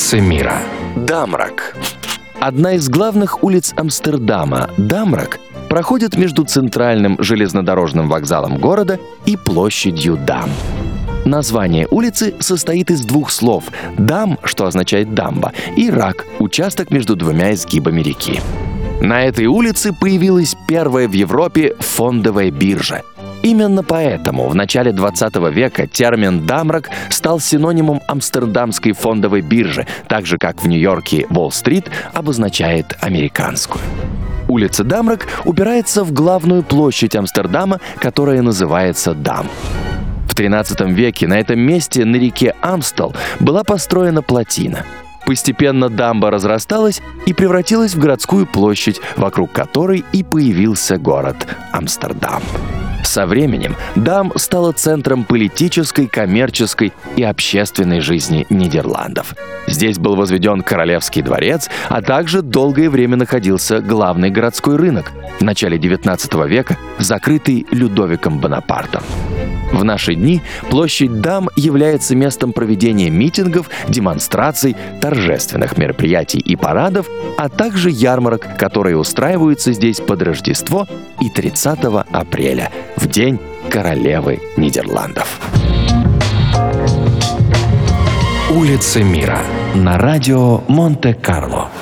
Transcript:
Улицы мира. Дамрак. Одна из главных улиц Амстердама, Дамрак, проходит между центральным железнодорожным вокзалом города и площадью Дам. Название улицы состоит из двух слов «дам», что означает «дамба», и «рак» — участок между двумя изгибами реки. На этой улице появилась первая в Европе фондовая биржа. Именно поэтому в начале 20 века термин «дамрак» стал синонимом амстердамской фондовой биржи, так же, как в Нью-Йорке Уолл-стрит обозначает американскую. Улица Дамрак упирается в главную площадь Амстердама, которая называется Дам. В XIII веке на этом месте на реке Амстел была построена плотина. Постепенно дамба разрасталась и превратилась в городскую площадь, вокруг которой и появился город Амстердам. Со временем Дам стала центром политической, коммерческой и общественной жизни Нидерландов. Здесь был возведен Королевский дворец, а также долгое время находился главный городской рынок, в начале XIX века закрытый Людовиком Бонапартом. В наши дни площадь Дам является местом проведения митингов, демонстраций, торжественных мероприятий и парадов, а также ярмарок, которые устраиваются здесь под Рождество и 30 апреля, в День королевы Нидерландов. Улицы мира. На радио Монте-Карло.